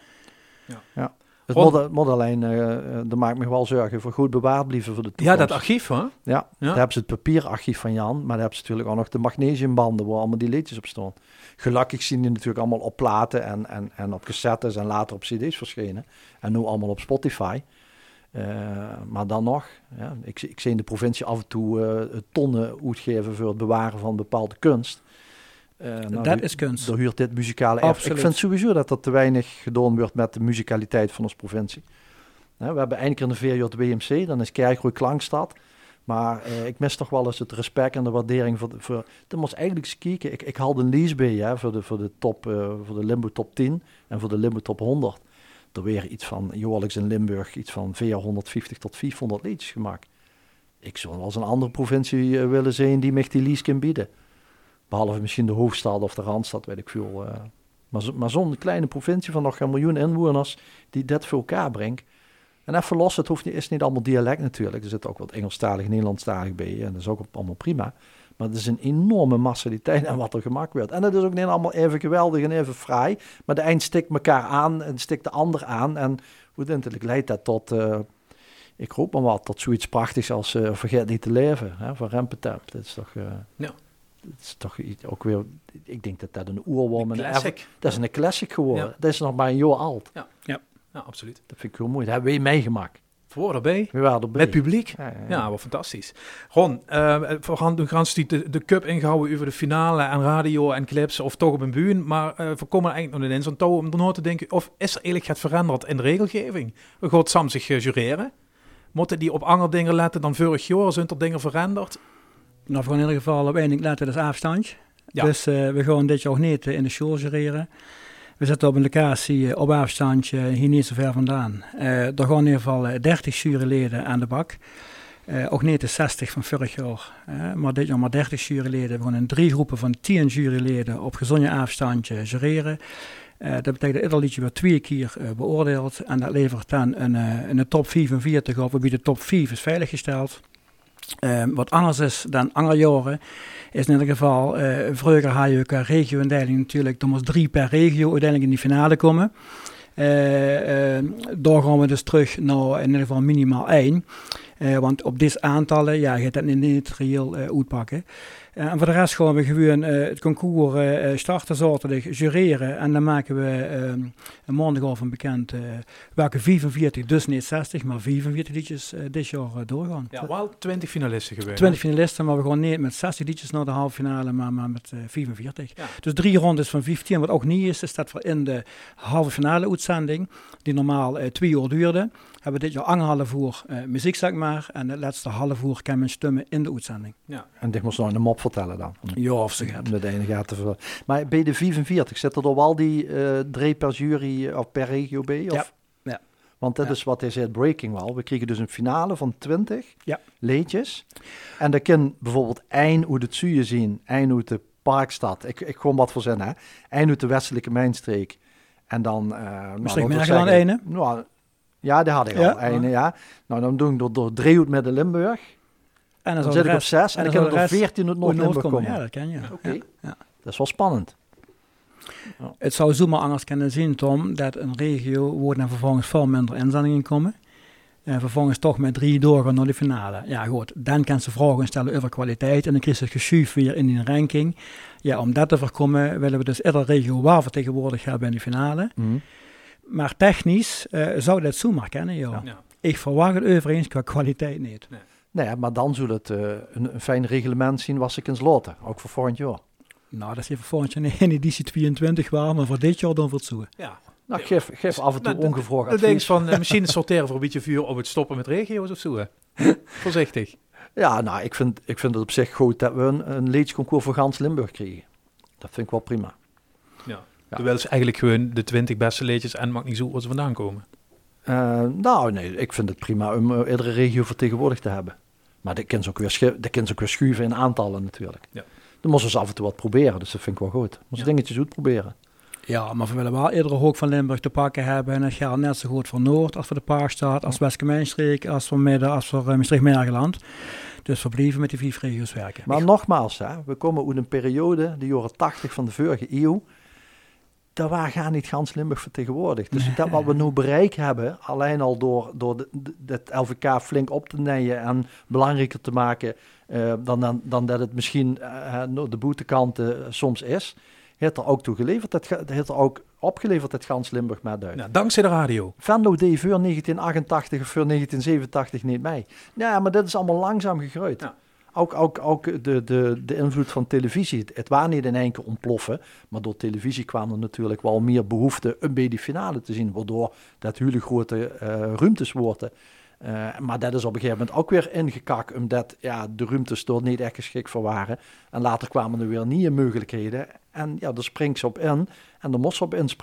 Het Rond- modder, modder alleen, uh, uh, dat maakt me wel zorgen voor goed bewaard blijven voor de Ja, toekomst. dat archief, hè? Ja, Ja. daar hebben ze het papierarchief van Jan, maar daar hebben ze natuurlijk ook nog de magnesiumbanden waar allemaal die liedjes op staan. Gelukkig zien die natuurlijk allemaal op platen en, en, en op cassettes en later op cd's verschenen. En nu allemaal op Spotify. Uh, maar dan nog, ja, ik, ik zie in de provincie af en toe uh, tonnen uitgeven voor het bewaren van bepaalde kunst. Uh, nou, Dat die- is kunst. Daar huurt dit muzikale erf. Absoluut. Ik vind sowieso dat er te weinig gedaan wordt met de muzikaliteit van onze provincie. Ja, we hebben eindelijk in de V J W M C, dan is Kerkrooi klankstad. Maar uh, ik mis toch wel eens het respect en de waardering voor... De, voor dan moest eigenlijk eens kijken. Ik, ik haalde een lease bij hè, voor, de, voor de top, uh, voor de Limbo top tien en voor de Limbo top honderd. er weer iets van, jaarlijks in Limburg, iets van vierhonderdvijftig tot vierhonderd liedjes gemaakt. Ik zou wel eens een andere provincie uh, willen zien die mij die liedjes kan bieden. Behalve misschien de hoofdstad of de Randstad, weet ik veel. Uh, maar zo, maar zo'n kleine provincie van nog een miljoen inwoners die dit voor elkaar brengt. En even los, het hoeft niet, is niet allemaal dialect natuurlijk. Er zit ook wat Engelstalig, Nederlandstalig bij. En dat is ook allemaal prima. Maar het is een enorme massaliteit aan wat er gemaakt wordt. En het is ook niet allemaal even geweldig en even fraai. Maar de een stikt elkaar aan en stikt de ander aan. En uiteindelijk leidt dat tot, uh, ik roep maar wat, tot zoiets prachtigs als uh, Vergeet niet te leven. Hè, van Rempetap. Dat is toch... Uh, ja. Dat is toch ook weer, ik denk dat dat een oerworm is. Dat is een classic geworden. Ja. Dat is nog maar een jaar oud. Ja, ja. ja absoluut. Dat vind ik heel mooi. Dat hebben we meegemaakt. Voor erbij. We waren erbij. Met publiek. Ja, ja, ja. ja wat fantastisch. Ron, uh, we gaan, we gaan de, de cup ingehouden over de finale en radio en clips of toch op een buur. Maar uh, we komen eigenlijk nog in zo'n touw om er nooit te denken, of is er eigenlijk het veranderd in de regelgeving? We gaan Sam zich uh, jureren. Moeten die op andere dingen letten dan vorig jaar? Zijn er dingen veranderd? Nou, voor in ieder geval op één ding letten, dat is afstand. Ja. Dus uh, we gaan dit jaar niet uh, in de show jureren. We zitten op een locatie uh, op afstand, uh, hier niet zo ver vandaan. Uh, er gaan in ieder geval uh, dertig juryleden aan de bak. Uh, ook niet de zestig van vorig jaar. Uh, maar dit jaar maar dertig juryleden. We gaan in drie groepen van tien juryleden op gezonde afstand uh, jureren. Uh, dat betekent dat ieder liedje weer twee keer uh, beoordeeld. En dat levert dan een, uh, een top vierenveertig op, waarbij de top vijf is veiliggesteld. Uh, wat anders is dan andere jaren, is in ieder geval, uh, vroeger had je ook regio-indeling natuurlijk, er moest drie per regio uiteindelijk in die finale komen. Uh, uh, daar gaan we dus terug naar in ieder geval minimaal één. Uh, want op deze aantallen, ja, je gaat dat niet, niet reëel uh, uitpakken. Uh, en voor de rest gaan we gewoon uh, het concours uh, starten zaterdag, jureren. En dan maken we uh, een maandagavond bekend uh, welke vierenveertig, dus niet zestig, maar vierenveertig liedjes uh, dit jaar uh, doorgaan. Ja, wel twintig finalisten geweest. twintig finalisten, maar we gaan niet met zestig liedjes naar de halve finale, maar, maar met uh, vierenveertig. Ja. Dus drie rondes van vijftien. Wat ook niet is, is dat we in de halve finale uitzending, die normaal uh, twee uur duurde, hebben we dit jaar anderhalf uur uh, muziek, zeg maar. En het laatste half uur kan men stemmen in de uitzending. Ja. En dit moest nog een mop vertellen dan. Ja, of ze gaat. Met de ene gaat te veel. Maar bij de vierenveertig zit er wel die uh, drie per jury of per regio bij? Of? Ja. ja. Want dat ja. is wat hij zei, breaking wel. We kregen dus een finale van twintig ja. liedjes. En dat kan bijvoorbeeld één uit het Zuiden zien, één uit de Parkstad. Ik, ik gewoon wat verzinnen, hè. Één uit de westelijke mijnstreek. En dan... Uh, Misschien nou, merken dan ene? Nou, ja, die had ik ja. al. Ene, ja. Nou, dan doe ik door, door drie uit met de Limburg. En dan, dan zit ik op zes en, en dan kan er veertien uit Noord-Limburg komen. Ja, dat kan je. Oké, okay. ja. Dat is wel spannend. Ja. Het zou zomaar anders kunnen zien, Tom, dat een regio wordt en vervolgens veel minder inzendingen komen. En vervolgens toch met drie doorgaan naar de finale. Ja goed, dan kan ze vragen stellen over kwaliteit en dan krijg je het geschuif weer in die ranking. Ja, om dat te voorkomen willen we dus iedere regio waar vertegenwoordigd hebben in de finale. Mm. Maar technisch uh, zou dat zomaar kennen, joh. Ja. Ja. Ik verwacht het overigens qua kwaliteit niet. Nee. Nee, maar dan zou het uh, een, een fijn reglement zien was ik eens loten, ook voor volgend jaar. Nou, dat is even volgend jaar in editie tweeëntwintig waar, maar voor dit jaar dan voor het zoeken. Ja. Nou, geef, geef af en toe nou, ongevraagd advies. Ik denk van uh, misschien sorteren voor een beetje vuur op het stoppen met regio's of zo. Hè? Voorzichtig. Ja, nou, ik vind, ik vind het op zich goed dat we een, een liedjesconcours voor gans Limburg kregen. Dat vind ik wel prima. Ja. Ja. Terwijl ze eigenlijk gewoon de twintig beste liedjes en mag niet zo waar ze vandaan komen. Uh, nou, nee, ik vind het prima om uh, iedere regio vertegenwoordigd te hebben. Maar dat kan ze ook weer, schu- dat kan ze ook weer schuiven in aantallen natuurlijk. Ja. Dan moeten ze af en toe wat proberen, dus dat vind ik wel goed. Moeten ja. dingetjes uitproberen. Ja, maar we willen wel iedere hoek van Limburg te pakken hebben. En dat geldt net zo goed voor Noord als voor de Parkstad, als West-Gemeenstreek, als voor Midden, als voor uh, Maastricht-Mergeland. Dus we blijven met die vier regio's werken. Maar ik... nogmaals, hè, we komen uit een periode, de jaren tachtig van de vorige eeuw. Daar waren gaan niet gans Limburg vertegenwoordigd. Dus nee. dat wat we nu bereikt hebben, alleen al door, door de, de, het L V K flink op te nemen en belangrijker te maken uh, dan, dan, dan dat het misschien uh, de boetekant uh, soms is, heeft er ook toe geleverd. Het heeft er ook opgeleverd het gans Limburg met uit. Nou, dankzij de radio. Venlo deed voor negentien achtentachtig of voor negentien zevenentachtig niet mee. Ja, maar dat is allemaal langzaam gegroeid. Ja. Ook, ook, ook de, de, de invloed van televisie. Het, het was niet in één keer ontploffen, maar door televisie kwam er natuurlijk wel meer behoefte om bij die finale te zien, waardoor dat hele grote uh, ruimtes worden. Uh, maar dat is op een gegeven moment ook weer ingekakt, omdat ja, de ruimtes er niet echt geschikt voor waren. En later kwamen er weer nieuwe mogelijkheden. En ja, daar springt ze op in en daar moest ze op inspringen.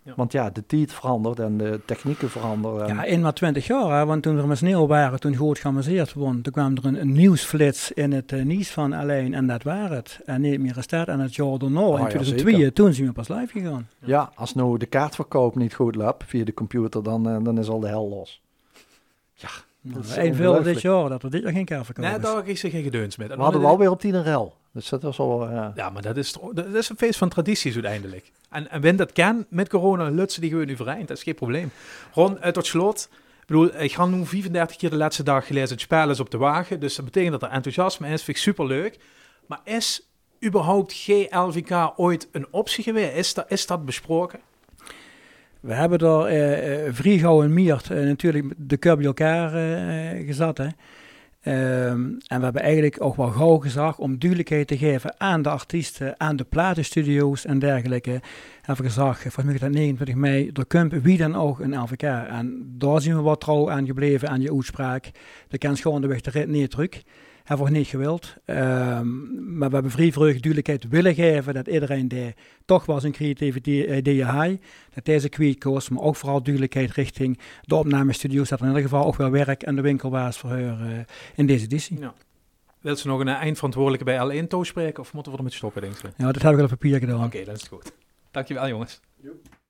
Ja. Want ja, de tijd verandert en de technieken veranderen. Ja, in maar twintig jaar, hè, want toen er met sneeuw waren, toen goed geamuseerd won, toen kwam er een, een nieuwsflits in het uh, nieuws van alleen en dat was het. En niet meer is dat en het jaar daarna, Oh, in ja, tweeduizend twee, toen zijn we pas live gegaan. Ja. ja, als nou de kaartverkoop niet goed loopt via de computer, dan, uh, dan is al de hel los. Ja, nou, een veel dit jaar, dat we dit jaar geen kaartverkoop Nee, daar is er geen gedeuns met. We hadden wel weer op tien en rel. Dus dat was al... Uh... Ja, maar dat is, dat is een feest van tradities uiteindelijk. En, en wenn dat kan, met corona, lutsen die gewoon nu vereend. Dat is geen probleem. Ron, uit tot slot. Ik bedoel, ik ga nu vierendertig keer de laatste dag gelezen. Het spel is op de wagen. Dus dat betekent dat er enthousiasme is. Vind ik superleuk. Maar is überhaupt G L V K ooit een optie geweest? Is dat, is dat besproken? We hebben er uh, Vriegouw en Miert uh, natuurlijk de cup bij elkaar uh, gezet, hè. Um, en we hebben eigenlijk ook wel gauw gezegd om duidelijkheid te geven aan de artiesten, aan de platenstudio's en dergelijke. Hebben we gezegd, volgens mij is dat negenentwintig mei, er komt wie dan ook een L V K. En daar zijn we wat trouw aan gebleven aan je uitspraak. De kans gewoon de weg de rit niet terug. Hebben we niet gewild. Um, maar we hebben vrij vreugd duidelijkheid willen geven dat iedereen die toch wel zijn creatieve ideeën heeft, dat deze kwijt kost, maar ook vooral duidelijkheid richting de opnamestudio's, dat er in ieder geval ook wel werk en de winkel was voor haar uh, in deze editie. Ja. Wilt ze nog een eindverantwoordelijke bij L één toespreken of moeten we ermee stoppen, denk je? Ja, dat heb ik al op papier gedaan. Oké, okay, dat is goed. Dankjewel, jongens. Joep.